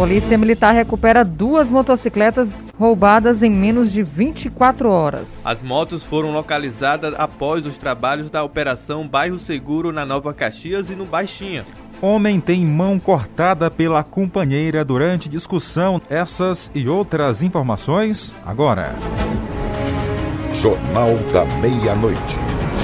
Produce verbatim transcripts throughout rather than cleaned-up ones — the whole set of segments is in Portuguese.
Polícia Militar recupera duas motocicletas roubadas em menos de vinte e quatro horas. As motos foram localizadas após os trabalhos da Operação Bairro Seguro na Nova Caxias e no Baixinha. Homem tem mão cortada pela companheira durante discussão. Essas e outras informações agora. Jornal da Meia-Noite.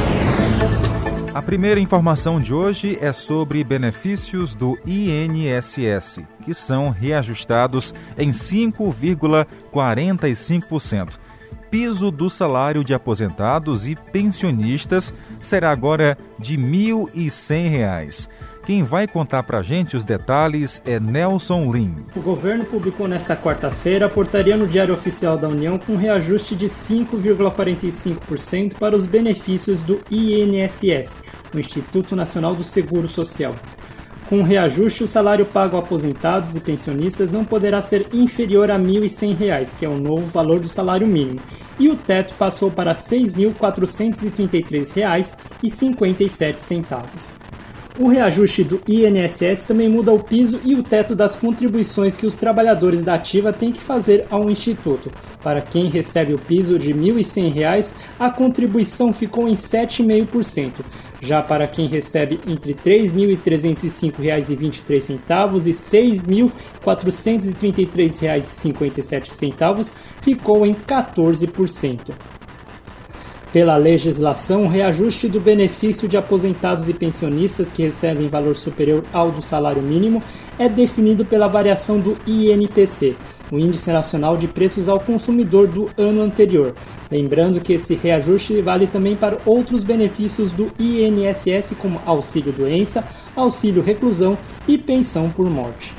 A primeira informação de hoje é sobre benefícios do I N S S, que são reajustados em cinco vírgula quarenta e cinco por cento. Piso do salário de aposentados e pensionistas será agora de mil e cem reais. Quem vai contar pra gente os detalhes é Nelson Lim. O governo publicou nesta quarta-feira a portaria no Diário Oficial da União com reajuste de cinco vírgula quarenta e cinco por cento para os benefícios do I N S S, o Instituto Nacional do Seguro Social. Com o reajuste, o salário pago a aposentados e pensionistas não poderá ser inferior a mil e cem reais, que é o novo valor do salário mínimo, e o teto passou para seis mil quatrocentos e trinta e três reais e cinquenta e sete centavos. O reajuste do I N S S também muda o piso e o teto das contribuições que os trabalhadores da ativa têm que fazer ao Instituto. Para quem recebe o piso de mil e cem reais, a contribuição ficou em sete vírgula cinco por cento. Já para quem recebe entre três mil trezentos e cinco reais e vinte e três centavos e seis mil quatrocentos e trinta e três reais e cinquenta e sete centavos, ficou em quatorze por cento. Pela legislação, o reajuste do benefício de aposentados e pensionistas que recebem valor superior ao do salário mínimo é definido pela variação do I N P C, o Índice Nacional de Preços ao Consumidor do ano anterior. Lembrando que esse reajuste vale também para outros benefícios do I N S S, como auxílio-doença, auxílio-reclusão e pensão por morte.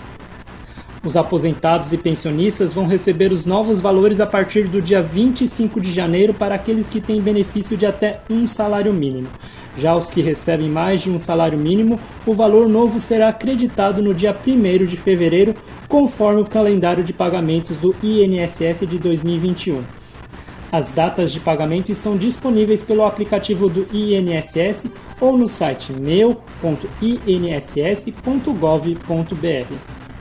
Os aposentados e pensionistas vão receber os novos valores a partir do dia vinte e cinco de janeiro para aqueles que têm benefício de até um salário mínimo. Já os que recebem mais de um salário mínimo, o valor novo será acreditado no dia primeiro de fevereiro, conforme o calendário de pagamentos do I N S S de dois mil e vinte e um. As datas de pagamento estão disponíveis pelo aplicativo do I N S S ou no site meu ponto i n s s ponto gov ponto b r.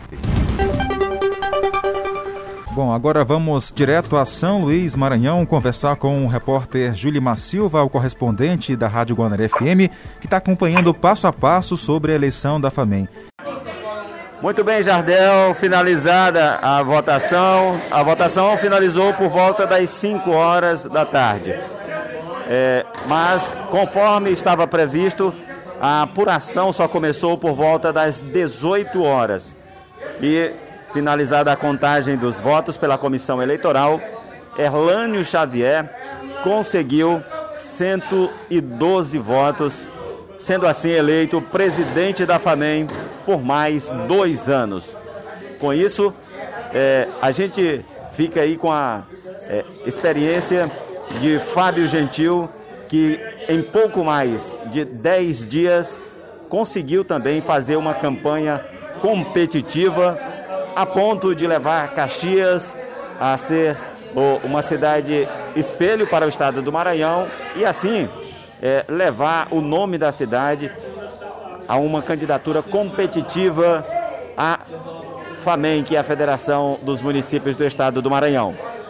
Bom, agora vamos direto a São Luís, Maranhão, conversar com o repórter Julimar Silva, o correspondente da Rádio Guanaré F M, que está acompanhando passo a passo sobre a eleição da FAMEM. Muito bem, Jardel, finalizada a votação. A votação finalizou por volta das cinco horas da tarde. É, mas, conforme estava previsto, a apuração só começou por volta das dezoito horas. E, finalizada a contagem dos votos pela comissão eleitoral, Erlânio Xavier conseguiu cento e doze votos, sendo assim eleito presidente da FAMEM por mais dois anos. Com isso, é, a gente fica aí com a é, experiência de Fábio Gentil, que em pouco mais de dez dias conseguiu também fazer uma campanha competitiva a ponto de levar Caxias a ser oh, uma cidade espelho para o estado do Maranhão e assim é, levar o nome da cidade a uma candidatura competitiva à FAMEM, que é a Federação dos Municípios do Estado do Maranhão.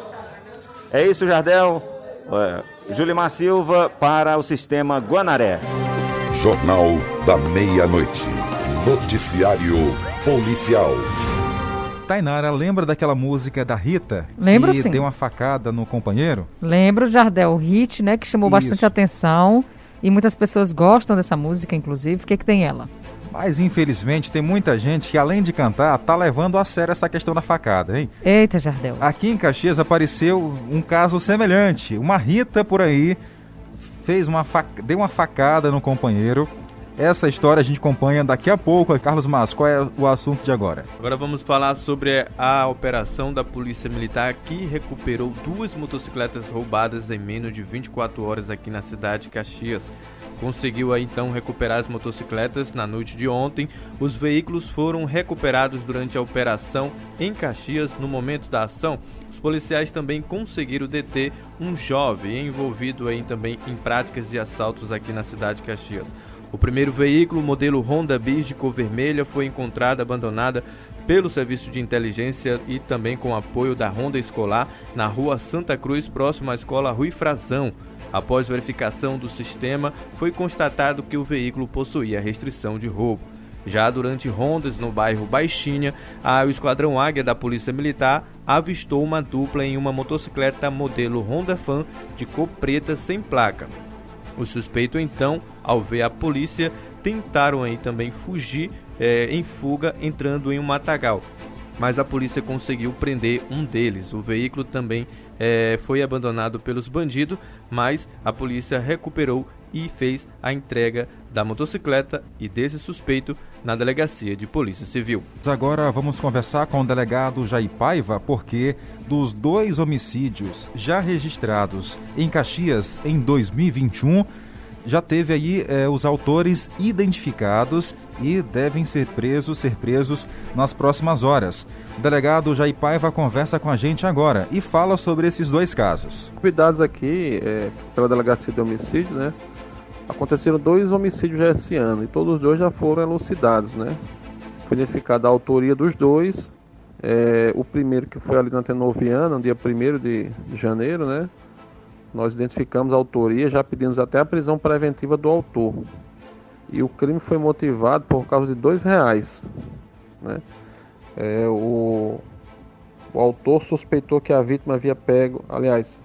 É isso, Jardel. É, Julimar Silva para o Sistema Guanaré. Jornal da Meia-Noite. Noticiário Policial. Tainara, lembra daquela música da Rita? Lembro, que sim. deu uma facada no companheiro? Lembro, Jardel, o hit, né, que chamou Isso. bastante atenção e muitas pessoas gostam dessa música, inclusive. O que que tem ela? Mas, infelizmente, tem muita gente que, além de cantar, tá levando a sério essa questão da facada, hein? Eita, Jardel. Aqui em Caxias apareceu um caso semelhante. Uma Rita por aí fez uma fac... deu uma facada no companheiro. Essa história a gente acompanha daqui a pouco. Carlos Mas, qual é o assunto de agora? Agora vamos falar sobre a operação da Polícia Militar que recuperou duas motocicletas roubadas em menos de vinte e quatro horas aqui na cidade de Caxias. Conseguiu aí, então recuperar as motocicletas na noite de ontem. Os veículos foram recuperados durante a operação em Caxias. No momento da ação, os policiais também conseguiram deter um jovem envolvido aí também em práticas de assaltos aqui na cidade de Caxias. O primeiro veículo, modelo Honda Bis de cor vermelha, foi encontrado abandonada pelo Serviço de Inteligência e também com apoio da Ronda Escolar na Rua Santa Cruz, próximo à Escola Rui Frazão. Após verificação do sistema, foi constatado que o veículo possuía restrição de roubo. Já durante rondas no bairro Baixinha, o Esquadrão Águia da Polícia Militar avistou uma dupla em uma motocicleta modelo Honda Fan de cor preta sem placa. O suspeito, então, ao ver a polícia, tentaram aí também fugir é, em fuga, entrando em um matagal. Mas a polícia conseguiu prender um deles. O veículo também é, foi abandonado pelos bandidos, mas a polícia recuperou e fez a entrega da motocicleta e desse suspeito na Delegacia de Polícia Civil. Agora vamos conversar com o delegado Jair Paiva, porque dos dois homicídios já registrados em Caxias em dois mil e vinte e um, já teve aí eh, os autores identificados e devem ser presos, ser presos nas próximas horas. O delegado Jair Paiva conversa com a gente agora e fala sobre esses dois casos. Cuidados aqui é, pela Delegacia de Homicídio, né? Aconteceram dois homicídios já esse ano e todos os dois já foram elucidados, né? Foi identificada a autoria dos dois. É, o primeiro, que foi ali na Tenoviana, no dia primeiro de janeiro, né? Nós identificamos a autoria, já pedimos até a prisão preventiva do autor. E o crime foi motivado por causa de dois reais, né? É, o, o autor suspeitou que a vítima havia pego, aliás,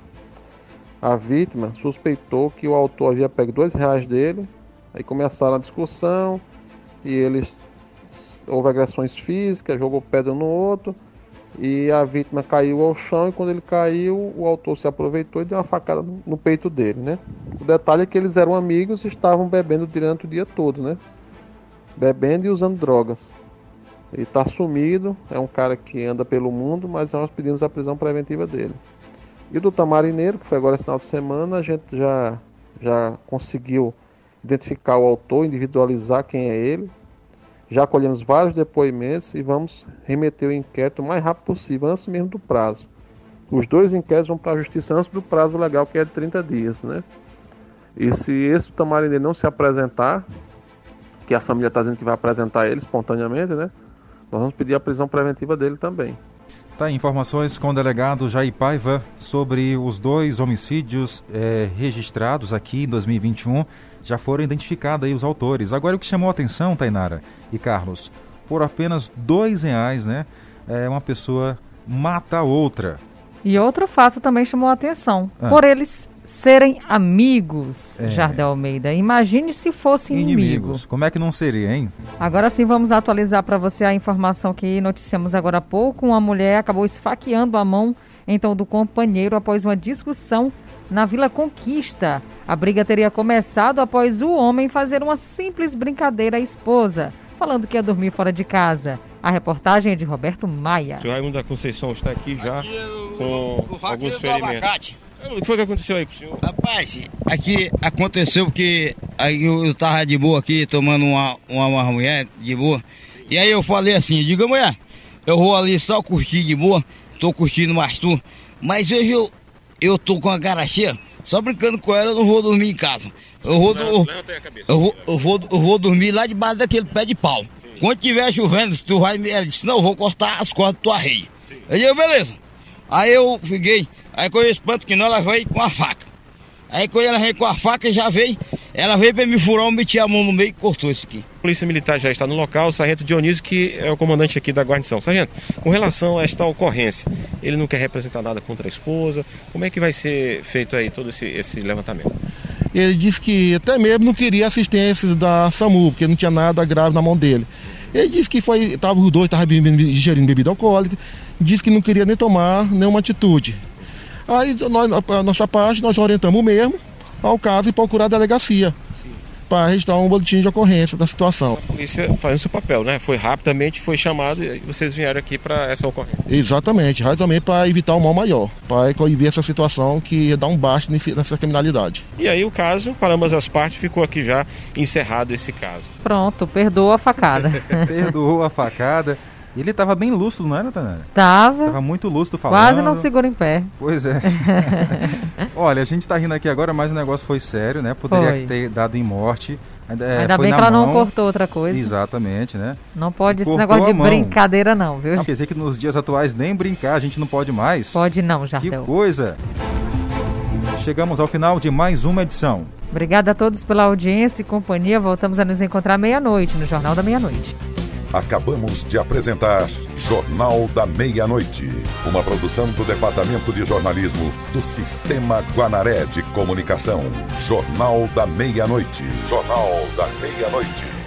a vítima suspeitou que o autor havia pego dois reais dele. Aí começaram a discussão e eles houve agressões físicas, jogou pedra no outro e a vítima caiu ao chão, e quando ele caiu, o autor se aproveitou e deu uma facada no, no peito dele, né? O detalhe é que eles eram amigos e estavam bebendo durante o dia todo, né? Bebendo e usando drogas. Ele está sumido, é um cara que anda pelo mundo, mas nós pedimos a prisão preventiva dele. E do Tamarineiro, que foi agora esse final de semana, a gente já, já conseguiu identificar o autor, individualizar quem é ele. Já colhemos vários depoimentos e vamos remeter o inquérito o mais rápido possível, antes mesmo do prazo. Os dois inquéritos vão para a justiça antes do prazo legal, que é de trinta dias, né? E se esse Tamarineiro não se apresentar, que a família está dizendo que vai apresentar ele espontaneamente, né? Nós vamos pedir a prisão preventiva dele também. Tá, informações com o delegado Jair Paiva sobre os dois homicídios é, registrados aqui em dois mil e vinte e um. Já foram identificados aí os autores. Agora, o que chamou a atenção, Tainara e Carlos, por apenas dois reais, né? É, uma pessoa mata a outra. E outro fato também chamou a atenção. Ah. Por eles serem amigos, é. Jardel Almeida. Imagine se fossem inimigos. inimigos. Como é que não seria, hein? Agora sim, vamos atualizar para você a informação que noticiamos agora há pouco. Uma mulher acabou esfaqueando a mão, então, do companheiro após uma discussão na Vila Conquista. A briga teria começado após o homem fazer uma simples brincadeira à esposa, falando que ia dormir fora de casa. A reportagem é de Roberto Maia. O senhor Raimundo da Conceição está aqui já aqui, com o, o alguns ferimentos. O que foi que aconteceu aí com o senhor? Rapaz, aqui aconteceu porque aí eu, eu tava de boa aqui, tomando uma, uma, uma mulher de boa. E aí eu falei assim, diga mulher, eu vou ali só curtir de boa, tô curtindo mais tu. Mas hoje eu, eu tô com a cara cheia, só brincando com ela, eu não vou dormir em casa. Eu vou, não, eu, a cabeça, eu, vou, eu, vou, eu vou dormir lá debaixo daquele pé de pau. Sim. Quando tiver chovendo, se tu vai me... Ela disse, não, eu vou cortar as cordas do tua rei. Aí eu, beleza. Aí eu fiquei, aí quando eu espanto que não, ela veio com a faca. Aí quando ela veio com a faca, já veio, ela veio pra me furar, eu meti a mão no meio e cortou isso aqui. A Polícia Militar já está no local, o sargento Dionísio, que é o comandante aqui da guarnição. Sargento, com relação a esta ocorrência, ele não quer representar nada contra a esposa, como é que vai ser feito aí todo esse, esse levantamento? Ele disse que até mesmo não queria assistência da SAMU, porque não tinha nada grave na mão dele. Ele disse que foi, tava, os dois estavam ingerindo bebida alcoólica, disse que não queria nem tomar nenhuma atitude. Aí nós, a nossa parte, nós orientamos mesmo ao caso e procurar a delegacia para registrar um boletim de ocorrência da situação. A polícia faz o seu papel, né? Foi rapidamente, foi chamado e vocês vieram aqui para essa ocorrência. Exatamente, também para evitar o mal maior, para coibir essa situação que dá um baixo nessa criminalidade. E aí o caso, para ambas as partes, ficou aqui já encerrado esse caso. Pronto, perdoa a facada. Perdoou a facada. Ele estava bem lúcido, não era, Tanara? Tava. Tava muito lúcido falando. Quase não segura em pé. Pois é. Olha, a gente está rindo aqui agora, mas o negócio foi sério, né? Poderia foi. ter dado em morte. É, Ainda bem que ela mão. não cortou outra coisa. Exatamente, né? Não pode esse negócio de brincadeira não, viu? Não, quer dizer que nos dias atuais nem brincar a gente não pode mais? Pode não, Jardel. Que coisa! Chegamos ao final de mais uma edição. Obrigada a todos pela audiência e companhia. Voltamos a nos encontrar meia-noite no Jornal da Meia-Noite. Acabamos de apresentar Jornal da Meia-Noite, uma produção do Departamento de Jornalismo do Sistema Guanaré de Comunicação. Jornal da Meia-Noite. Jornal da Meia-Noite.